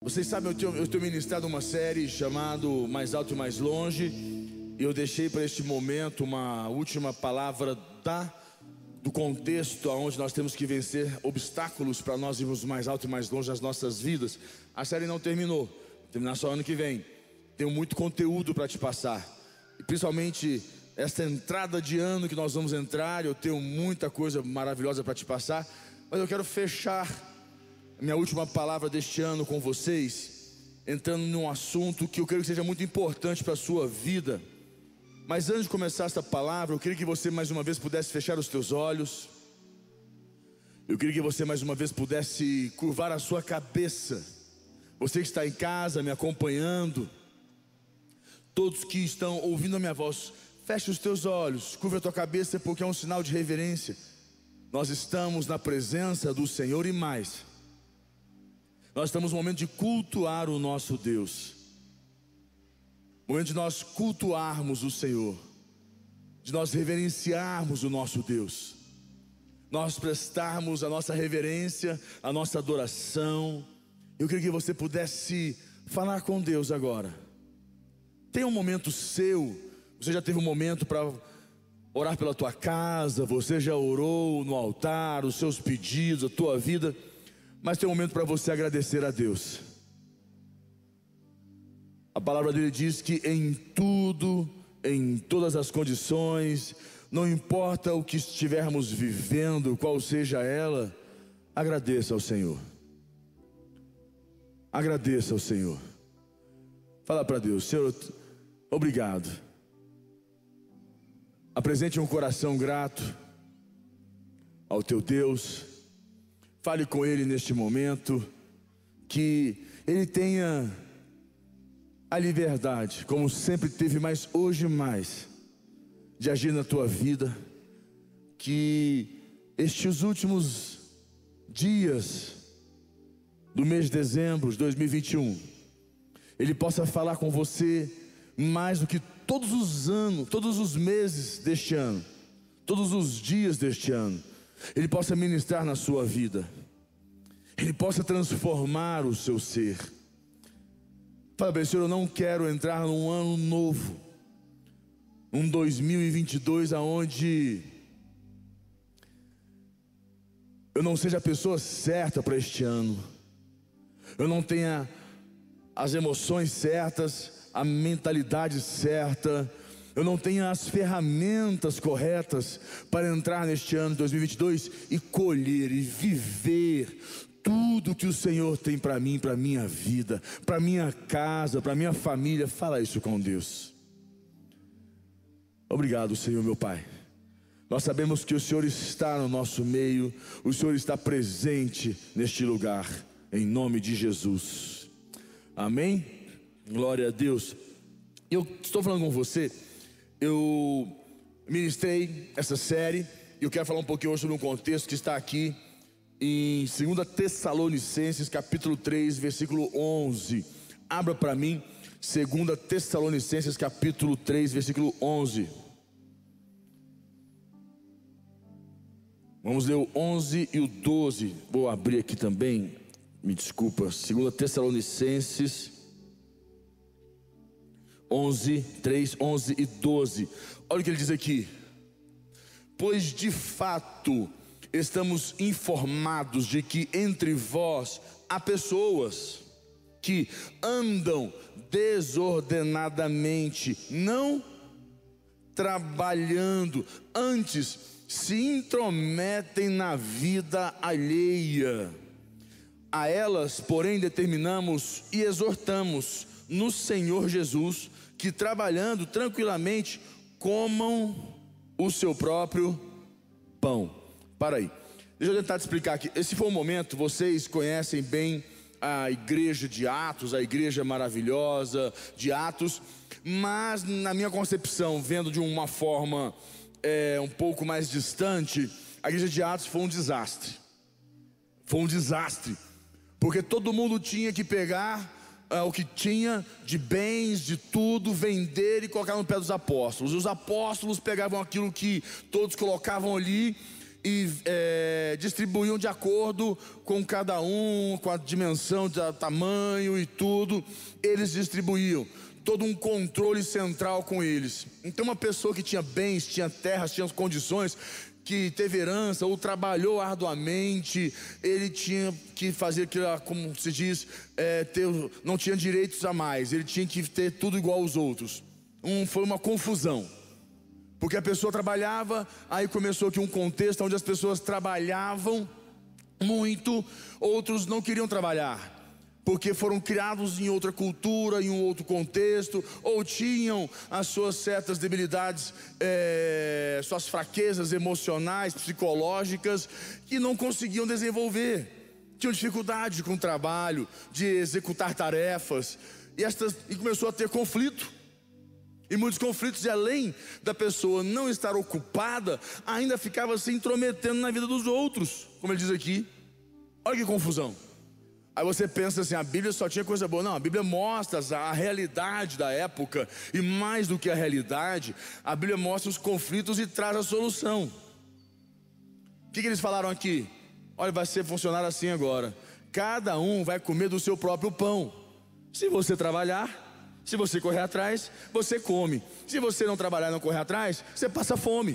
Vocês sabem, eu tenho ministrado uma série chamada Mais Alto e Mais Longe. E eu deixei para este momento uma última palavra do contexto onde nós temos que vencer obstáculos para nós irmos mais alto e mais longe nas nossas vidas. A série não terminou, vai terminar só ano que vem. Tenho muito conteúdo para te passar, e principalmente esta entrada de ano que nós vamos entrar. Eu tenho muita coisa maravilhosa para te passar, mas eu quero fechar a minha última palavra deste ano com vocês, entrando num assunto que eu creio que seja muito importante para a sua vida. Mas antes de começar essa palavra, eu queria que você mais uma vez pudesse fechar os teus olhos. Eu queria que você mais uma vez pudesse curvar a sua cabeça. Você que está em casa me acompanhando, todos que estão ouvindo a minha voz, feche os teus olhos, curva a tua cabeça, porque é um sinal de reverência. Nós estamos na presença do Senhor e mais. Nós estamos no momento de cultuar o nosso Deus. Momento de nós cultuarmos o Senhor, de nós reverenciarmos o nosso Deus, nós prestarmos a nossa reverência, a nossa adoração. Eu queria que você pudesse falar com Deus agora. Tem um momento seu. Você já teve um momento para orar pela tua casa, você já orou no altar, os seus pedidos, a tua vida. Mas tem um momento para você agradecer a Deus. A palavra dele diz que em tudo, em todas as condições, não importa o que estivermos vivendo, qual seja ela, agradeça ao Senhor. Agradeça ao Senhor. Fala para Deus: Senhor, obrigado. Apresente um coração grato ao teu Deus. Fale com Ele neste momento, que Ele tenha a liberdade, como sempre teve, mas hoje mais, de agir na tua vida. Que estes últimos dias do mês de dezembro de 2021, Ele possa falar com você mais do que todos os anos, todos os meses deste ano, todos os dias deste ano. Ele possa ministrar na sua vida, Ele possa transformar o seu ser. Fala bem: Senhor, eu não quero entrar num ano novo, um 2022 aonde eu não seja a pessoa certa para este ano, eu não tenha as emoções certas, a mentalidade certa, eu não tenha as ferramentas corretas para entrar neste ano 2022 e colher e viver tudo que o Senhor tem para mim, para minha vida, para minha casa, para minha família. Fala isso com Deus. Obrigado, Senhor, meu Pai. Nós sabemos que o Senhor está no nosso meio, o Senhor está presente neste lugar, em nome de Jesus. Amém? Glória a Deus. Eu estou falando com você. Eu ministrei essa série e eu quero falar um pouquinho hoje sobre um contexto que está aqui em 2 Tessalonicenses capítulo 3, versículo 11. Abra para mim 2 Tessalonicenses capítulo 3, versículo 11. Vamos ler o 11 e o 12. Vou abrir aqui também, me desculpa. 2 Tessalonicenses 11, 3, 11 e 12. Olha o que ele diz aqui: pois de fato estamos informados de que entre vós há pessoas que andam desordenadamente, não trabalhando, antes se intrometem na vida alheia. A elas, porém, determinamos e exortamos no Senhor Jesus que, trabalhando tranquilamente, comam o seu próprio pão. Para aí, deixa eu tentar te explicar aqui. Esse foi um momento, vocês conhecem bem a igreja de Atos, a igreja maravilhosa de Atos, mas na minha concepção, vendo de uma forma um pouco mais distante, a igreja de Atos foi um desastre. Foi um desastre, porque todo mundo tinha que pegar o que tinha de bens, de tudo, vender e colocar no pé dos apóstolos. Os apóstolos pegavam aquilo que todos colocavam ali distribuíam de acordo com cada um, com a dimensão, tamanho e tudo. Eles distribuíam, todo um controle central com eles. Então uma pessoa que tinha bens, tinha terras, tinha condições, que teve herança ou trabalhou arduamente, ele tinha que fazer aquilo, como se diz, não tinha direitos a mais, ele tinha que ter tudo igual aos outros. Foi uma confusão, porque a pessoa trabalhava, aí começou aqui um contexto onde as pessoas trabalhavam muito, outros não queriam trabalhar, porque foram criados em outra cultura, em um outro contexto, ou tinham as suas certas debilidades, suas fraquezas emocionais, psicológicas, que não conseguiam desenvolver, tinham dificuldade com o trabalho, de executar tarefas, e começou a ter conflito, e muitos conflitos, e além da pessoa não estar ocupada, ainda ficava se intrometendo na vida dos outros, como ele diz aqui. Olha que confusão. Aí você pensa assim, a Bíblia só tinha coisa boa. Não, a Bíblia mostra a realidade da época, e mais do que a realidade, a Bíblia mostra os conflitos e traz a solução. O que eles falaram aqui? Olha, vai funcionar assim agora: cada um vai comer do seu próprio pão. Se você trabalhar, se você correr atrás, você come. Se você não trabalhar e não correr atrás, você passa fome.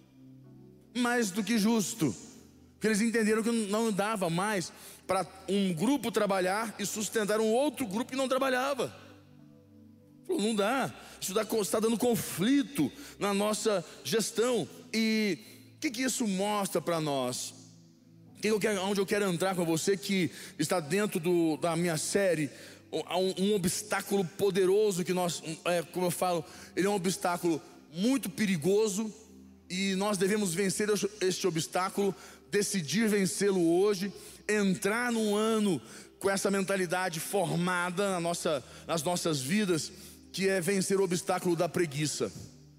Mais do que justo, porque eles entenderam que não dava mais para um grupo trabalhar e sustentar um outro grupo que não trabalhava. Falou, não dá, isso está dando conflito na nossa gestão. E o que isso mostra para nós? Onde eu quero entrar com você, que está dentro da minha série, um obstáculo poderoso que nós, como eu falo, ele é um obstáculo muito perigoso, e nós devemos vencer este obstáculo, decidir vencê-lo hoje, entrar num ano com essa mentalidade formada nas nossas vidas, que é vencer o obstáculo da preguiça.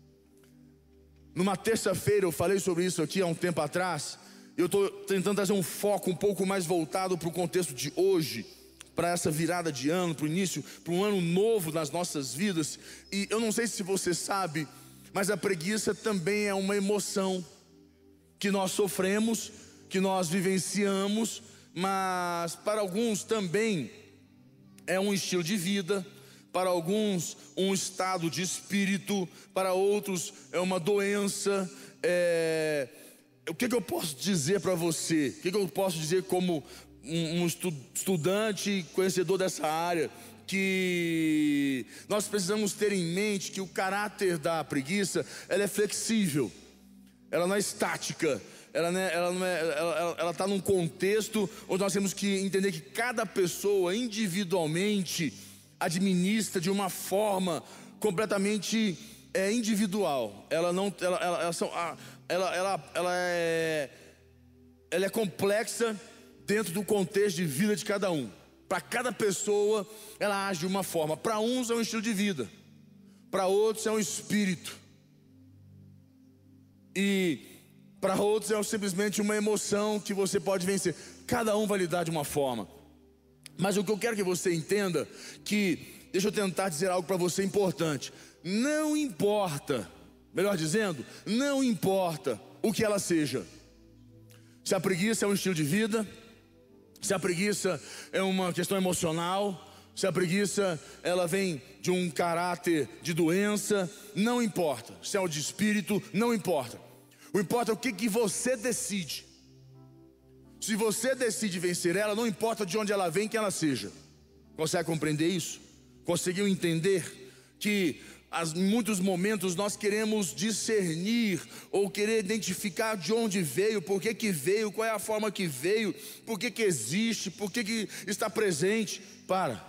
Numa terça-feira eu falei sobre isso aqui há um tempo atrás. Eu estou tentando trazer um foco um pouco mais voltado para o contexto de hoje, para essa virada de ano, para o início, para um ano novo nas nossas vidas. E eu não sei se você sabe, mas a preguiça também é uma emoção que nós sofremos, que nós vivenciamos, mas para alguns também é um estilo de vida, para alguns um estado de espírito, para outros é uma doença. O que eu posso dizer para você? O que eu posso dizer como um estudante conhecedor dessa área? Que nós precisamos ter em mente que o caráter da preguiça, ela é flexível, ela não é estática. Ela está num contexto onde nós temos que entender que cada pessoa individualmente administra de uma forma completamente individual. Ela é complexa dentro do contexto de vida de cada um. Para cada pessoa ela age de uma forma. Para uns é um estilo de vida, para outros é um espírito, e para outros é simplesmente uma emoção que você pode vencer. Cada um vai lidar de uma forma. Mas o que eu quero que você entenda, deixa eu tentar dizer algo para você importante. Não importa, melhor dizendo, não importa o que ela seja. Se a preguiça é um estilo de vida, se a preguiça é uma questão emocional, se a preguiça ela vem de um caráter de doença, não importa. Se é o de espírito, não importa. O importa é o que você decide. Se você decide vencer ela, não importa de onde ela vem, quem ela seja. Consegue compreender isso? Conseguiu entender que em muitos momentos nós queremos discernir ou querer identificar de onde veio, por que veio, qual é a forma que veio, por que existe, por que está presente? Para.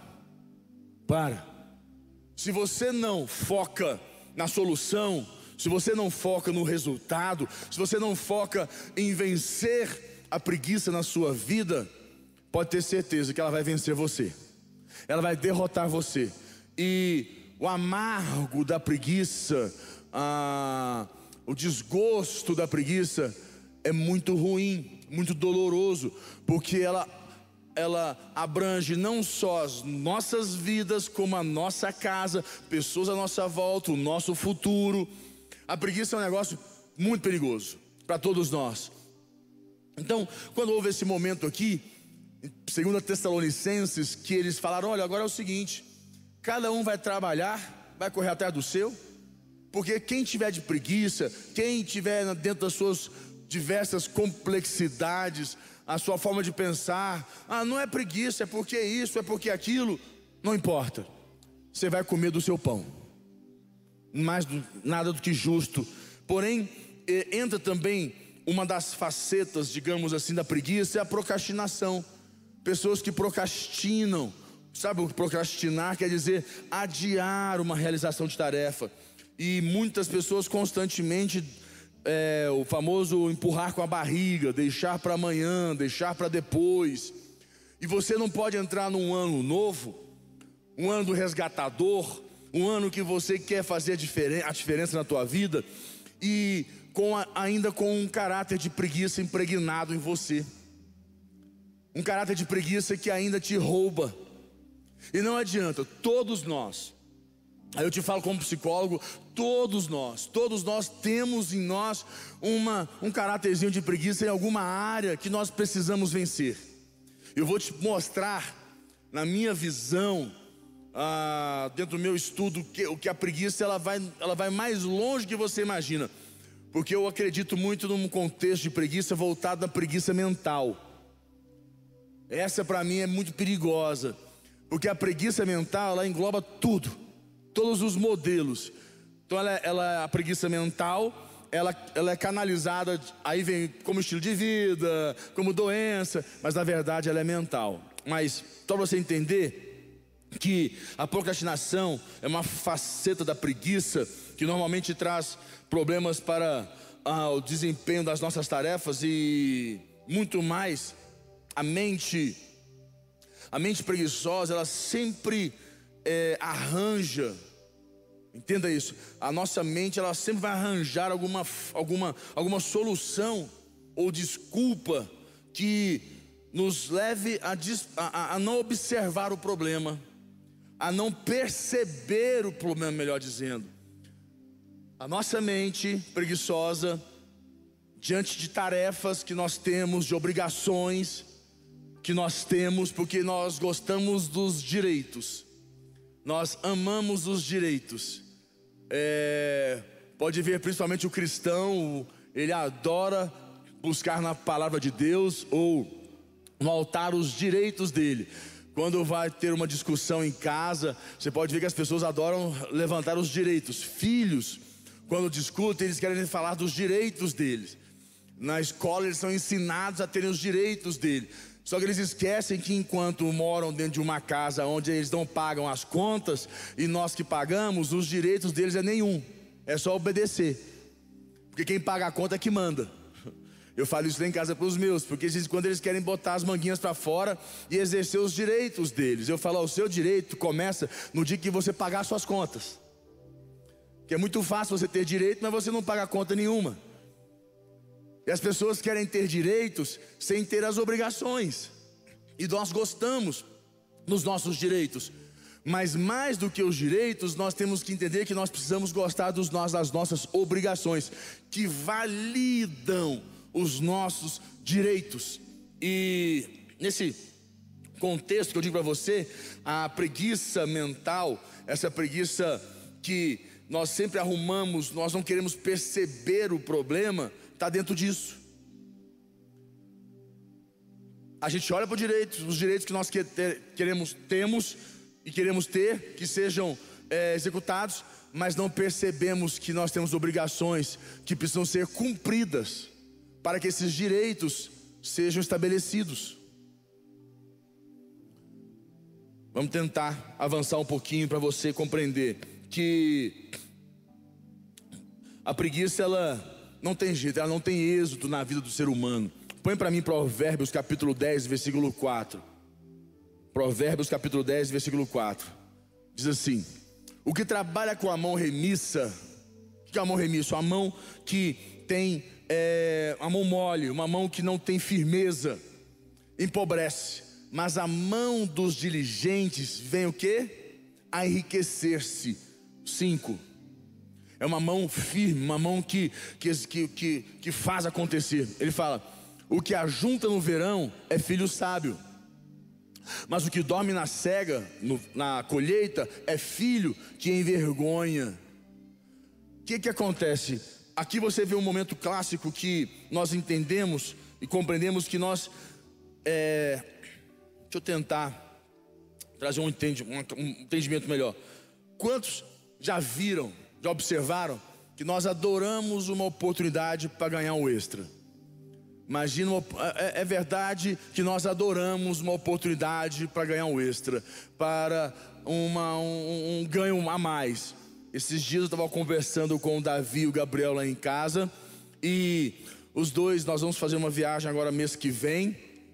Se você não foca na solução, se você não foca no resultado, se você não foca em vencer a preguiça na sua vida, pode ter certeza que ela vai vencer você, ela vai derrotar você. E o amargo da preguiça, o desgosto da preguiça é muito ruim, muito doloroso, porque ela abrange não só as nossas vidas, como a nossa casa, pessoas à nossa volta, o nosso futuro. A preguiça é um negócio muito perigoso para todos nós. Então, quando houve esse momento aqui, segundo Tessalonicenses, que eles falaram: olha, agora é o seguinte, cada um vai trabalhar, vai correr atrás do seu, porque quem tiver de preguiça, quem tiver dentro das suas diversas complexidades, a sua forma de pensar, não é preguiça, é porque isso, é porque aquilo, não importa, você vai comer do seu pão, nada do que justo. Porém, entra também uma das facetas, digamos assim, da preguiça, é a procrastinação. Pessoas que procrastinam. Sabe o que procrastinar quer dizer? Adiar uma realização de tarefa. E muitas pessoas constantemente, o famoso empurrar com a barriga, deixar para amanhã, deixar para depois. E você não pode entrar num ano novo, um ano do resgatador, um ano que você quer fazer a diferença na tua vida, e ainda com um caráter de preguiça impregnado em você. Um caráter de preguiça que ainda te rouba. E não adianta, todos nós, aí eu te falo como psicólogo, todos nós temos em nós um caráterzinho de preguiça em alguma área que nós precisamos vencer. Eu vou te mostrar, na minha visão, dentro do meu estudo, que a preguiça ela vai mais longe do que você imagina. Porque eu acredito muito num contexto de preguiça voltado à preguiça mental. Essa para mim é muito perigosa, porque a preguiça mental ela engloba tudo, todos os modelos. Então a preguiça mental ela é canalizada, aí vem como estilo de vida, como doença, mas na verdade ela é mental. Mas só para você entender que a procrastinação é uma faceta da preguiça que normalmente traz problemas para o desempenho das nossas tarefas e muito mais. A mente preguiçosa, ela sempre arranja, entenda isso, a nossa mente ela sempre vai arranjar alguma solução ou desculpa que nos leve a não observar o problema, a não perceber o problema, melhor dizendo. A nossa mente preguiçosa, diante de tarefas que nós temos, de obrigações que nós temos, porque nós gostamos dos direitos, nós amamos os direitos. Pode ver principalmente o cristão, ele adora buscar na palavra de Deus ou no altar os direitos dele. Quando vai ter uma discussão em casa, você pode ver que as pessoas adoram levantar os direitos. Filhos, quando discutem, eles querem falar dos direitos deles. Na escola eles são ensinados a terem os direitos deles. Só que eles esquecem que enquanto moram dentro de uma casa onde eles não pagam as contas, e nós que pagamos, os direitos deles é nenhum, é só obedecer. Porque quem paga a conta é que manda. Eu falo isso lá em casa para os meus, porque quando eles querem botar as manguinhas para fora e exercer os direitos deles, eu falo: o seu direito começa no dia que você pagar suas contas. Que é muito fácil você ter direito, mas você não paga conta nenhuma. E as pessoas querem ter direitos sem ter as obrigações. E nós gostamos dos nossos direitos. Mas mais do que os direitos, nós temos que entender que nós precisamos gostar das nossas obrigações, que validam os nossos direitos. E nesse contexto que eu digo para você, a preguiça mental, essa preguiça que nós sempre arrumamos, nós não queremos perceber o problema, está dentro disso. A gente olha para os direitos que nós temos e queremos ter, que sejam executados, mas não percebemos que nós temos obrigações que precisam ser cumpridas para que esses direitos sejam estabelecidos. Vamos tentar avançar um pouquinho para você compreender que a preguiça ela não tem jeito, ela não tem êxito na vida do ser humano. Põe para mim Provérbios capítulo 10, versículo 4. Provérbios capítulo 10, versículo 4. Diz assim: o que trabalha com a mão remissa, o que é a mão remissa? Uma mão que tem a mão mole, uma mão que não tem firmeza, empobrece. Mas a mão dos diligentes vem o quê? A enriquecer-se. 5. É uma mão firme, uma mão que faz acontecer. Ele fala: O que ajunta no verão é filho sábio, mas o que dorme na cega, na colheita, é filho que envergonha. O que acontece? Aqui você vê um momento clássico que nós entendemos e compreendemos que nós... deixa eu tentar trazer um entendimento melhor. Quantos já viram, já observaram que nós adoramos uma oportunidade para ganhar um extra? Imagina, é verdade que nós adoramos uma oportunidade para ganhar um extra, para um ganho a mais. Esses dias eu estava conversando com o Davi e o Gabriel lá em casa, e os dois, nós vamos fazer uma viagem agora mês que vem,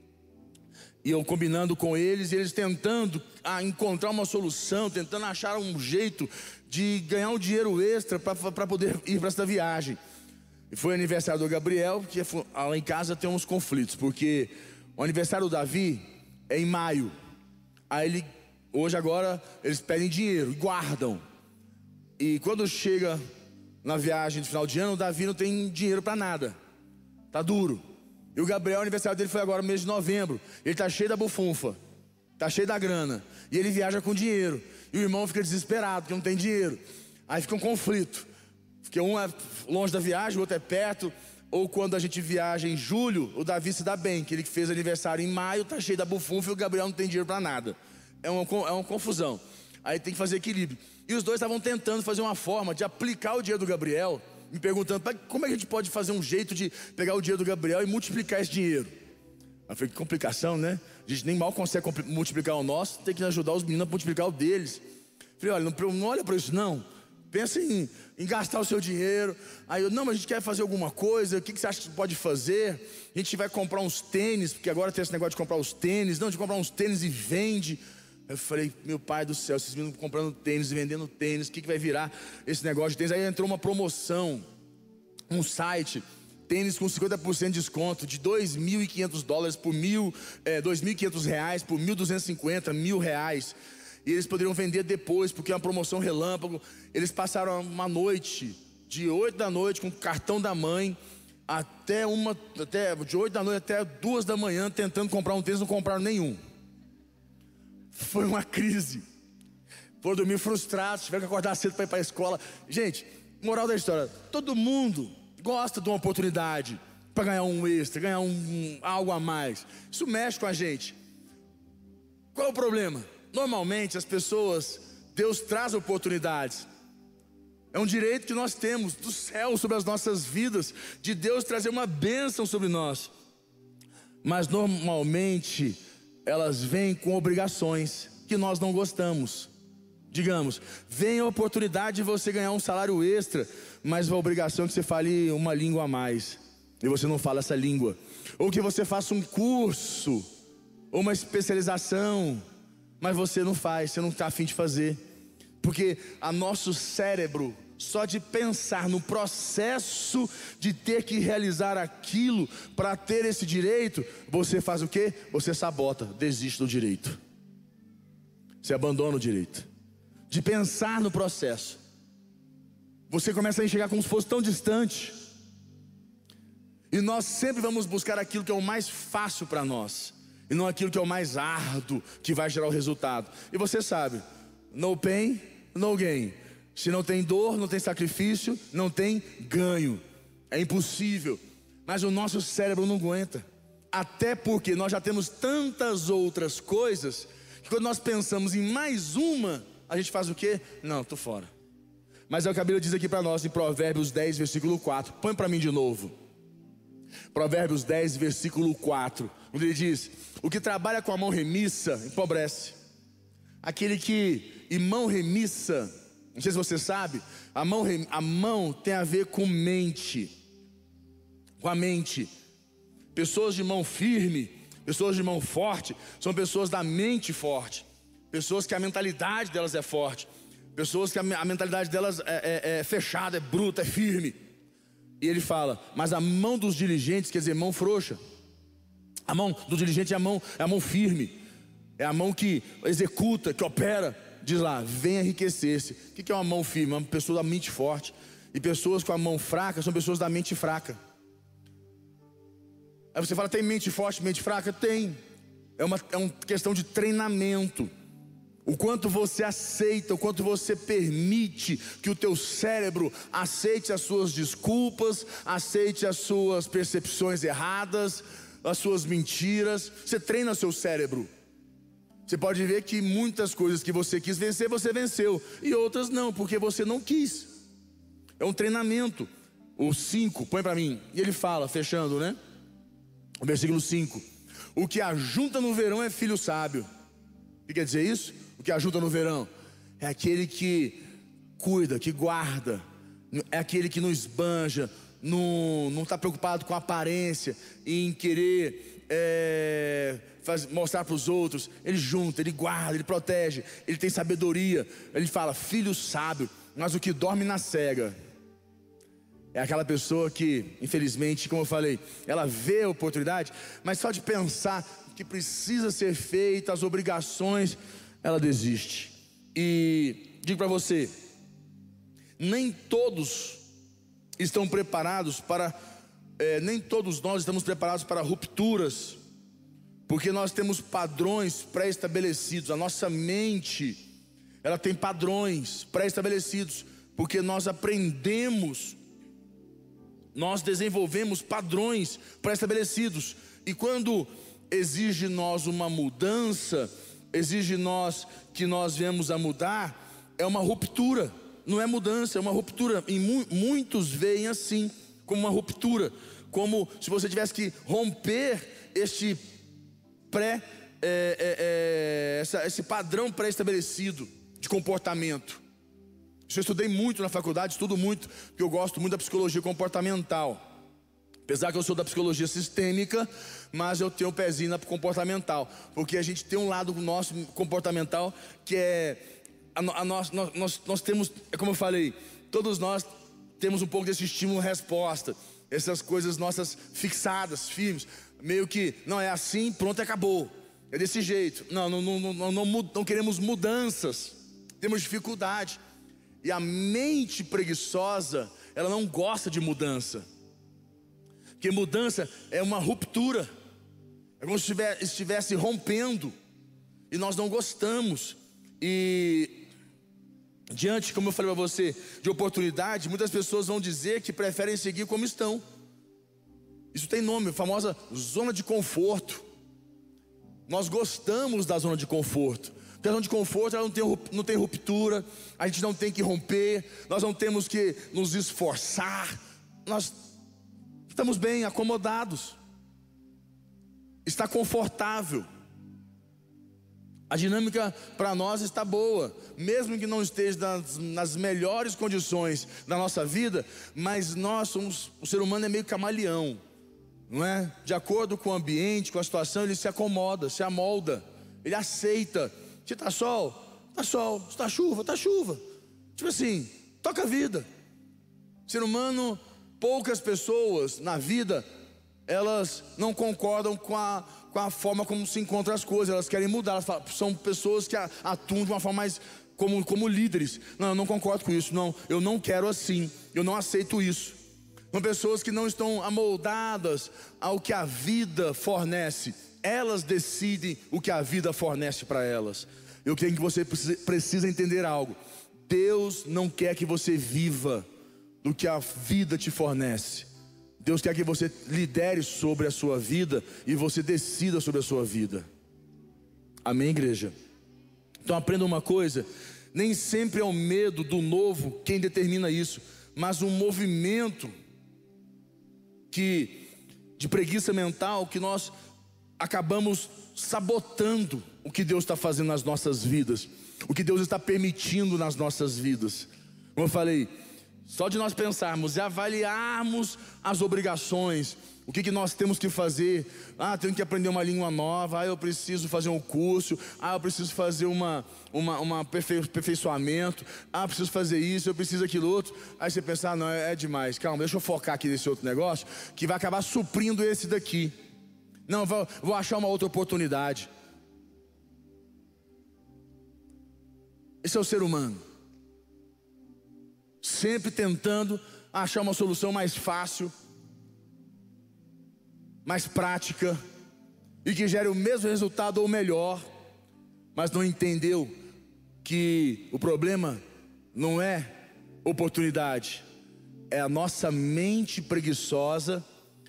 e eu combinando com eles, e eles tentando encontrar uma solução, tentando achar um jeito de ganhar um dinheiro extra para poder ir para essa viagem. E foi aniversário do Gabriel, que lá em casa tem uns conflitos, porque o aniversário do Davi é em maio. Aí hoje agora eles pedem dinheiro e guardam. E quando chega na viagem de final de ano, o Davi não tem dinheiro para nada, tá duro. E o Gabriel, o aniversário dele foi agora no mês de novembro. Ele tá cheio da bufunfa, tá cheio da grana, e ele viaja com dinheiro. E o irmão fica desesperado porque não tem dinheiro. Aí fica um conflito, porque um é longe da viagem, o outro é perto. Ou quando a gente viaja em julho, o Davi se dá bem, que ele fez aniversário em maio, tá cheio da bufunfa, e o Gabriel não tem dinheiro para nada. É uma confusão. Aí tem que fazer equilíbrio. E os dois estavam tentando fazer uma forma de aplicar o dinheiro do Gabriel, me perguntando, como é que a gente pode fazer um jeito de pegar o dinheiro do Gabriel e multiplicar esse dinheiro? Eu falei, que complicação, né? A gente nem mal consegue multiplicar o nosso, tem que ajudar os meninos a multiplicar o deles. Eu falei, olha, não olha para isso não. Pensa em gastar o seu dinheiro. Aí eu, não, mas a gente quer fazer alguma coisa. O que você acha que pode fazer? A gente vai comprar uns tênis, porque agora tem esse negócio de comprar os tênis. Não, de comprar uns tênis e vende. Eu falei, meu pai do céu, esses meninos comprando tênis e vendendo tênis, o que vai virar esse negócio de tênis? Aí entrou uma promoção, um site, tênis com 50% de desconto, de $2.500 por R$2.500 por R$1.250, R$1.000. E eles poderiam vender depois, porque é uma promoção relâmpago. Eles passaram uma noite, de 8 da noite, com o cartão da mãe, de 8 da noite até 2 da manhã, tentando comprar um tênis, não compraram nenhum. Foi uma crise. Foram dormir frustrados, tiveram que acordar cedo para ir para a escola. Gente, moral da história, todo mundo gosta de uma oportunidade para ganhar um extra, ganhar algo a mais. Isso mexe com a gente. Qual é o problema? Normalmente as pessoas, Deus traz oportunidades. É um direito que nós temos do céu sobre as nossas vidas, de Deus trazer uma bênção sobre nós. Mas normalmente elas vêm com obrigações que nós não gostamos. Digamos, vem a oportunidade de você ganhar um salário extra, mas a obrigação é que você fale uma língua a mais, e você não fala essa língua. Ou que você faça um curso, ou uma especialização, mas você não faz, você não está a fim de fazer. Porque a nosso cérebro, só de pensar no processo de ter que realizar aquilo para ter esse direito, você faz o quê? Você sabota, desiste do direito. Você abandona o direito. De pensar no processo, você começa a enxergar como se fosse tão distante. E nós sempre vamos buscar aquilo que é o mais fácil para nós, e não aquilo que é o mais árduo, que vai gerar o resultado. E você sabe, no pain, no gain. Se não tem dor, não tem sacrifício, não tem ganho. É impossível. Mas o nosso cérebro não aguenta. Até porque nós já temos tantas outras coisas, que quando nós pensamos em mais uma, a gente faz o quê? Não, tô fora. Mas é o que a Bíblia diz aqui para nós em Provérbios 10, versículo 4. Põe para mim de novo. Provérbios 10, versículo 4. Onde ele diz, o que trabalha com a mão remissa, empobrece. Aquele que, e mão remissa, não sei se você sabe, a mão tem a ver com mente, com a mente. Pessoas de mão firme, pessoas de mão forte, são pessoas da mente forte. Pessoas que a mentalidade delas é forte. Pessoas que a mentalidade delas é fechada, é bruta, é firme. E ele fala, mas a mão dos diligentes, quer dizer, mão frouxa. A mão do diligente é a mão firme. É a mão que executa, que opera. Diz lá, vem enriquecer-se. O que é uma mão firme? Uma pessoa da mente forte. E pessoas com a mão fraca são pessoas da mente fraca. Aí você fala, tem mente forte, mente fraca? Tem. É uma questão de treinamento. O quanto você aceita, o quanto você permite que o teu cérebro aceite as suas desculpas, aceite as suas percepções erradas, as suas mentiras. Você treina seu cérebro. Você pode ver que muitas coisas que você quis vencer, você venceu, e outras não, porque você não quis. É um treinamento. O 5, põe para mim. E ele fala, fechando, né? O versículo 5: o que ajunta no verão é filho sábio. O que quer dizer isso? O que ajunta no verão é aquele que cuida, que guarda, é aquele que não esbanja, não está preocupado com a aparência, em querer mostrar para os outros. Ele junta, ele guarda, ele protege, ele tem sabedoria. Ele fala, filho sábio. Mas o que dorme na cega é aquela pessoa que, infelizmente, como eu falei, ela vê a oportunidade, mas só de pensar que precisa ser feita, as obrigações, ela desiste. E digo para você, nem todos estão preparados para, nem todos nós estamos preparados para rupturas, porque nós temos padrões pré-estabelecidos. A nossa mente, ela tem padrões pré-estabelecidos, porque nós aprendemos, nós desenvolvemos padrões pré-estabelecidos. E quando exige nós uma mudança, exige nós que nós viemos a mudar, é uma ruptura. Não é mudança, é uma ruptura. E muitos veem assim, como uma ruptura, como se você tivesse que romper este esse padrão pré-estabelecido de comportamento. Eu estudei muito na faculdade, estudo muito, porque eu gosto muito da psicologia comportamental. Apesar que eu sou da psicologia sistêmica, mas eu tenho um pezinho na comportamental, porque a gente tem um lado nosso comportamental que é nós temos, como eu falei, todos nós temos um pouco desse estímulo-resposta, essas coisas nossas fixadas, firmes, meio que não é assim, pronto, acabou, é desse jeito. Não queremos mudanças, temos dificuldade. E a mente preguiçosa, ela não gosta de mudança, porque mudança é uma ruptura, é como se estivesse rompendo, e nós não gostamos. E diante, como eu falei para você, de oportunidade, muitas pessoas vão dizer que preferem seguir como estão. Isso tem nome, a famosa zona de conforto. Nós gostamos da zona de conforto, porque a zona de conforto ela não tem ruptura, a gente não tem que romper, nós não temos que nos esforçar, nós estamos bem acomodados, está confortável. A dinâmica para nós está boa, mesmo que não esteja nas melhores condições da nossa vida, mas o ser humano é meio camaleão, não é? De acordo com o ambiente, com a situação, ele se acomoda, se amolda, ele aceita. Se está sol, está sol, se está chuva, está chuva. Tipo assim, toca a vida. Ser humano, poucas pessoas na vida, elas não concordam com a forma como se encontram as coisas, elas querem mudar, são pessoas que atuam de uma forma mais como líderes. Não, eu não concordo com isso, não, eu não quero assim, eu não aceito isso. São pessoas que não estão amoldadas ao que a vida fornece, elas decidem o que a vida fornece para elas. Eu creio que você precisa entender algo: Deus não quer que você viva do que a vida te fornece. Deus quer que você lidere sobre a sua vida e você decida sobre a sua vida. Amém, igreja? Então aprenda uma coisa: nem sempre é o medo do novo quem determina isso, mas um movimento de preguiça mental que nós acabamos sabotando o que Deus está fazendo nas nossas vidas, o que Deus está permitindo nas nossas vidas. Como eu falei, só de nós pensarmos e avaliarmos as obrigações, o que nós temos que fazer. Tenho que aprender uma língua nova, eu preciso fazer um curso, eu preciso fazer aperfeiçoamento, preciso fazer isso, eu preciso aquilo outro. Aí você pensa, não, é demais, calma, deixa eu focar aqui nesse outro negócio, que vai acabar suprindo esse daqui. Não, vou achar uma outra oportunidade. Esse é o ser humano, sempre tentando achar uma solução mais fácil. mais prática e que gere o mesmo resultado ou melhor, mas não entendeu que o problema não é oportunidade, é a nossa mente preguiçosa,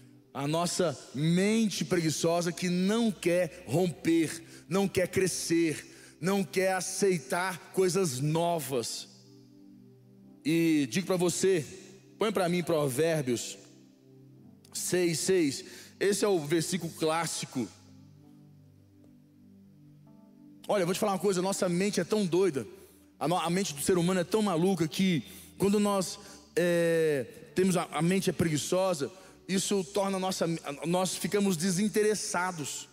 que não quer romper, não quer crescer, não quer aceitar coisas novas. E digo para você, põe para mim Provérbios 6:6. Esse é o versículo clássico. Olha, eu vou te falar uma coisa, nossa mente é tão doida, a mente do ser humano é tão maluca que quando nós temos a mente é preguiçosa, isso torna nós ficamos desinteressados.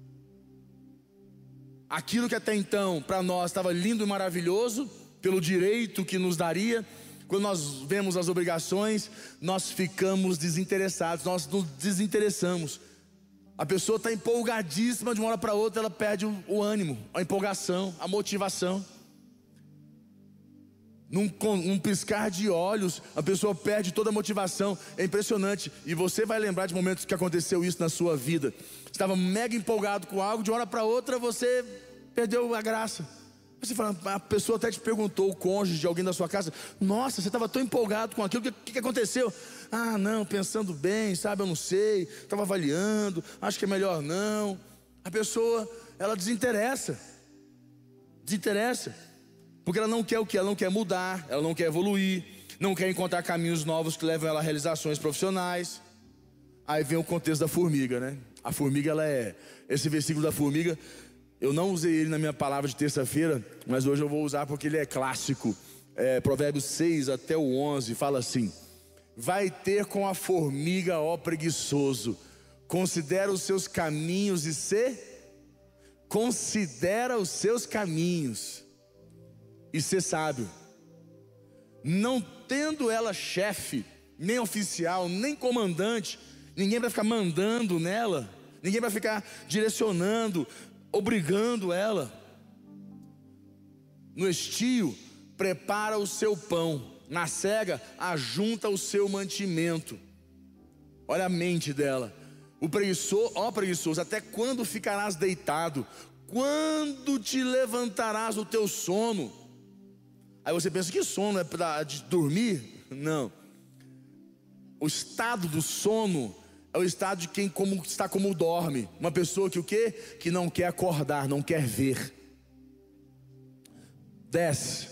Aquilo que até então para nós estava lindo e maravilhoso, pelo direito que nos daria, quando nós vemos as obrigações, nós ficamos desinteressados, nós nos desinteressamos. A pessoa está empolgadíssima, de uma hora para outra ela perde o ânimo, a empolgação, a motivação. Num piscar de olhos, a pessoa perde toda a motivação. É impressionante. E você vai lembrar de momentos que aconteceu isso na sua vida. Você estava mega empolgado com algo, de uma hora para outra você perdeu a graça. Você fala, a pessoa até te perguntou, o cônjuge de alguém da sua casa: nossa, você estava tão empolgado com aquilo, o que aconteceu? Ah, não, pensando bem, sabe, eu não sei, estava avaliando, acho que é melhor não. A pessoa, ela desinteressa, porque ela não quer o que? Ela não quer mudar, ela não quer evoluir, não quer encontrar caminhos novos que levam ela a realizações profissionais. Aí vem o contexto da formiga, né? A formiga, esse versículo da formiga, eu não usei ele na minha palavra de terça-feira, mas hoje eu vou usar porque ele é clássico. Provérbios 6 até o 11 fala assim: vai ter com a formiga, ó preguiçoso, considera os seus caminhos e ser sábio. Não tendo ela chefe, nem oficial, nem comandante, ninguém vai ficar mandando nela, ninguém vai ficar direcionando, obrigando ela. No estio, prepara o seu pão, na cega, ajunta o seu mantimento. Olha a mente dela. O preguiçoso, ó preguiçoso, até quando ficarás deitado? Quando te levantarás o teu sono? Aí você pensa, que sono é para dormir? Não. O estado do sono é o estado de quem está como dorme. Uma pessoa que o quê? Que não quer acordar, não quer ver. Desce.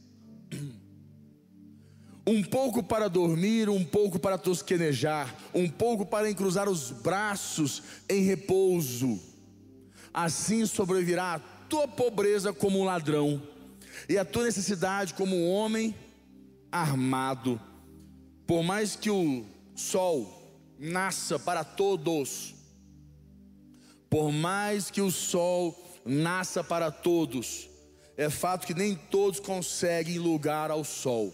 Um pouco para dormir, um pouco para tosquenejar, um pouco para encruzar os braços em repouso. Assim sobrevirá a tua pobreza como um ladrão, e a tua necessidade como um homem armado. Por mais que o sol nasça para todos, é fato que nem todos conseguem lugar ao sol.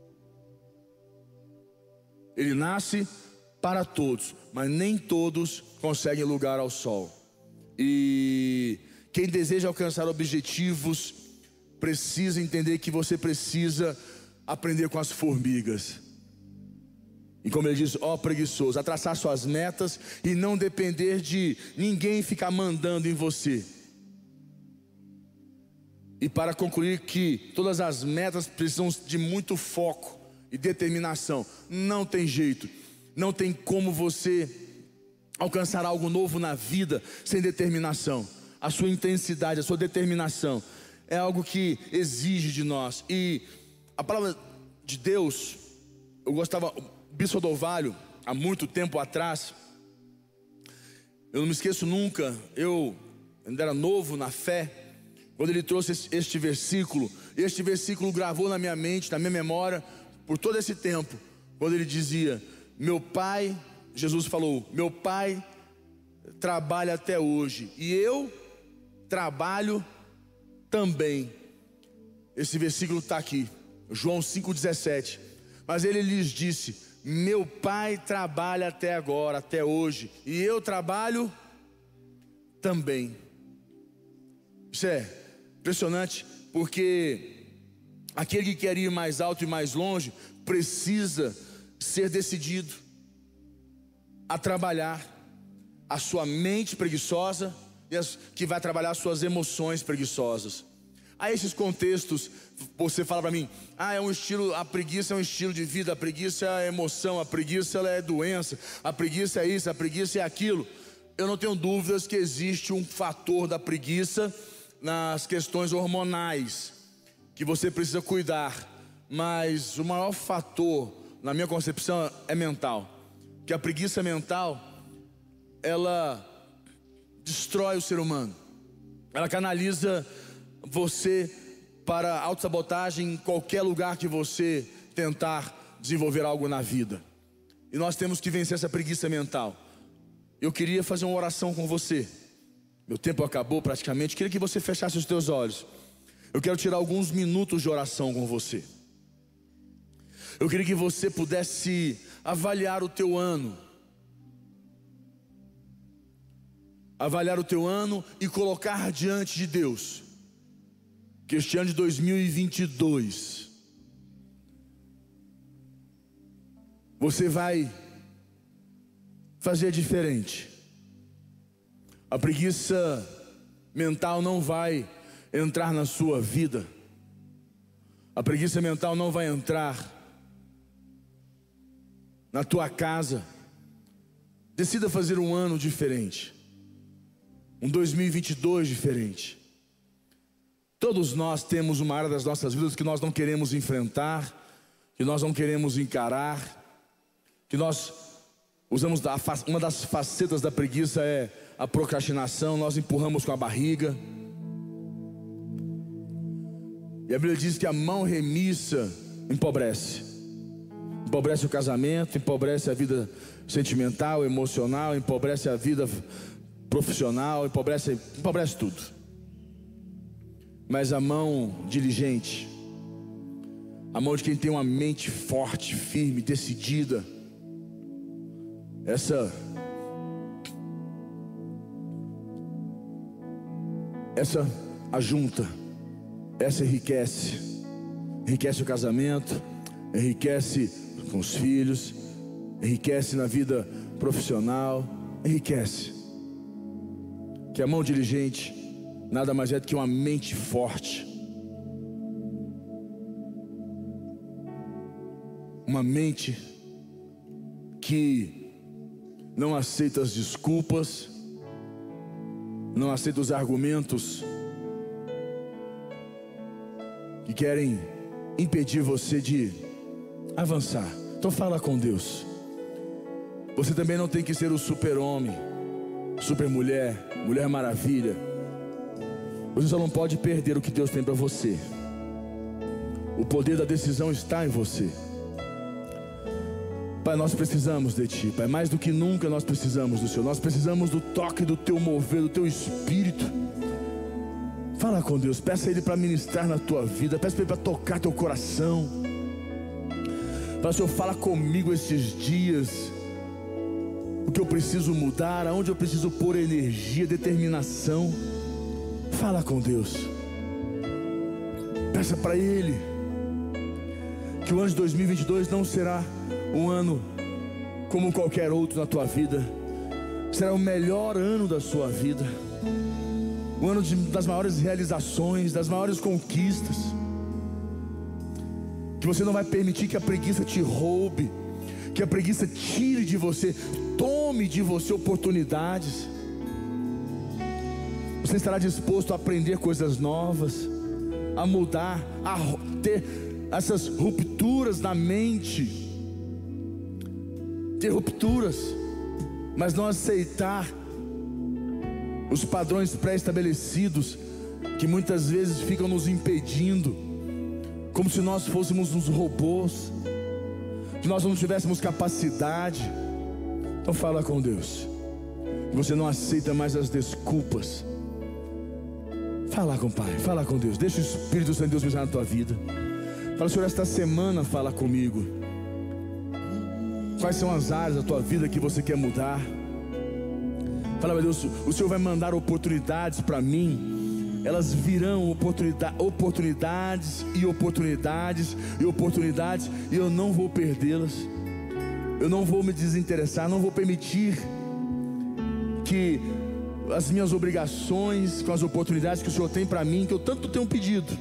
Ele nasce para todos, mas nem todos conseguem lugar ao sol. E quem deseja alcançar objetivos precisa entender que você precisa aprender com as formigas. E como ele diz, ó preguiçoso, a traçar suas metas e não depender de ninguém ficar mandando em você. E para concluir, que todas as metas precisam de muito foco e determinação. Não tem jeito, não tem como você alcançar algo novo na vida sem determinação. A sua intensidade, a sua determinação é algo que exige de nós. E a palavra de Deus, eu gostava, Bispo Odovalho, há muito tempo atrás, eu não me esqueço nunca, eu ainda era novo na fé, quando ele trouxe este versículo gravou na minha mente, na minha memória, por todo esse tempo, quando ele dizia: meu pai, Jesus falou, meu pai trabalha até hoje, e eu trabalho também. Esse versículo está aqui, João 5,17. Mas ele lhes disse: meu pai trabalha até agora, até hoje, e eu trabalho também. Isso é impressionante, porque aquele que quer ir mais alto e mais longe precisa ser decidido a trabalhar. a sua mente preguiçosa e que vai trabalhar as suas emoções preguiçosas. Aí esses contextos, você fala para mim, é um estilo, a preguiça é um estilo de vida, a preguiça é emoção, a preguiça ela é doença, a preguiça é isso, a preguiça é aquilo. Eu não tenho dúvidas que existe um fator da preguiça nas questões hormonais, que você precisa cuidar, mas o maior fator, na minha concepção, é mental. Que a preguiça mental, ela destrói o ser humano, ela canaliza você para autossabotagem em qualquer lugar que você tentar desenvolver algo na vida. E nós temos que vencer essa preguiça mental. Eu queria fazer uma oração com você. Meu tempo acabou praticamente. Queria que você fechasse os teus olhos. Eu quero tirar alguns minutos de oração com você. Eu queria que você pudesse avaliar o teu ano. Avaliar o teu ano e colocar diante de Deus que este ano de 2022 você vai fazer diferente. A preguiça mental não vai entrar na sua vida. A preguiça mental não vai entrar na tua casa. Decida fazer um ano diferente, um 2022 diferente. Todos nós temos uma área das nossas vidas que nós não queremos enfrentar, que nós não queremos encarar, que nós usamos uma das facetas da preguiça é a procrastinação. Nós empurramos com a barriga. E a Bíblia diz que a mão remissa empobrece. Empobrece o casamento, empobrece a vida sentimental, emocional, empobrece a vida profissional, empobrece tudo. Mas a mão diligente, a mão de quem tem uma mente forte, firme, decidida, essa ajunta, essa enriquece o casamento, enriquece com os filhos, enriquece na vida profissional, enriquece. Que a mão diligente nada mais é do que uma mente forte, uma mente que não aceita as desculpas, não aceita os argumentos que querem impedir você de avançar. Então fala com Deus. Você também não tem que ser o super-homem, super-mulher, mulher maravilha. Você só não pode perder o que Deus tem para você. O poder da decisão está em você. Pai, nós precisamos de Ti, Pai, mais do que nunca nós precisamos do Senhor. Nós precisamos do toque do Teu mover, do Teu Espírito. Fala com Deus, peça a Ele para ministrar na tua vida, peça para Ele para tocar teu coração. Pai, Senhor, fala comigo esses dias, o que eu preciso mudar, aonde eu preciso pôr energia, determinação. Fala com Deus, peça para Ele que o ano de 2022 não será um ano como qualquer outro na tua vida. Será o melhor ano da sua vida, o ano das maiores realizações, das maiores conquistas. Que você não vai permitir que a preguiça te roube, que a preguiça tire de você, tome de você oportunidades. Você estará disposto a aprender coisas novas, a mudar, a ter essas rupturas na mente, ter rupturas, mas não aceitar os padrões pré-estabelecidos que muitas vezes ficam nos impedindo, como se nós fôssemos uns robôs, que nós não tivéssemos capacidade. Então fala com Deus, você não aceita mais as desculpas. Fala com o Pai, fala com Deus, deixa o Espírito Santo de Deus pisar na tua vida. Fala, Senhor, esta semana fala comigo. Quais são as áreas da tua vida que você quer mudar? Fala, meu Deus, o Senhor vai mandar oportunidades para mim. Elas virão oportunidades e oportunidades e oportunidades, e eu não vou perdê-las. Eu não vou me desinteressar, não vou permitir que as minhas obrigações, com as oportunidades que o Senhor tem para mim, que eu tanto tenho pedido,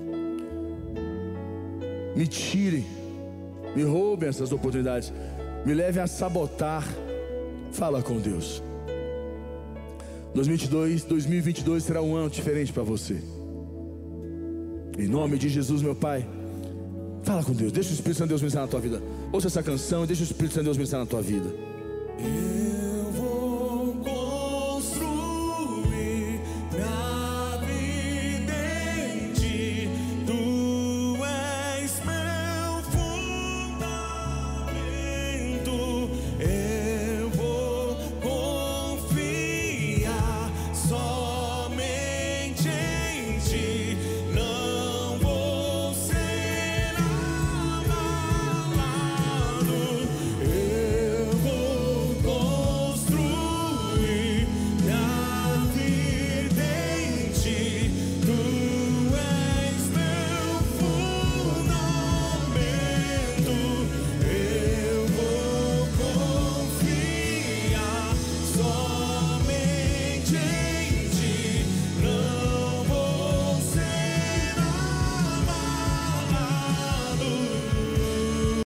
me tirem, me roubem essas oportunidades, me levem a sabotar. Fala com Deus. 2022 será um ano diferente para você. Em nome de Jesus, meu Pai. Fala com Deus, deixa o Espírito Santo de Deus ministrar na tua vida. Ouça essa canção e deixa o Espírito Santo de Deus ministrar na tua vida.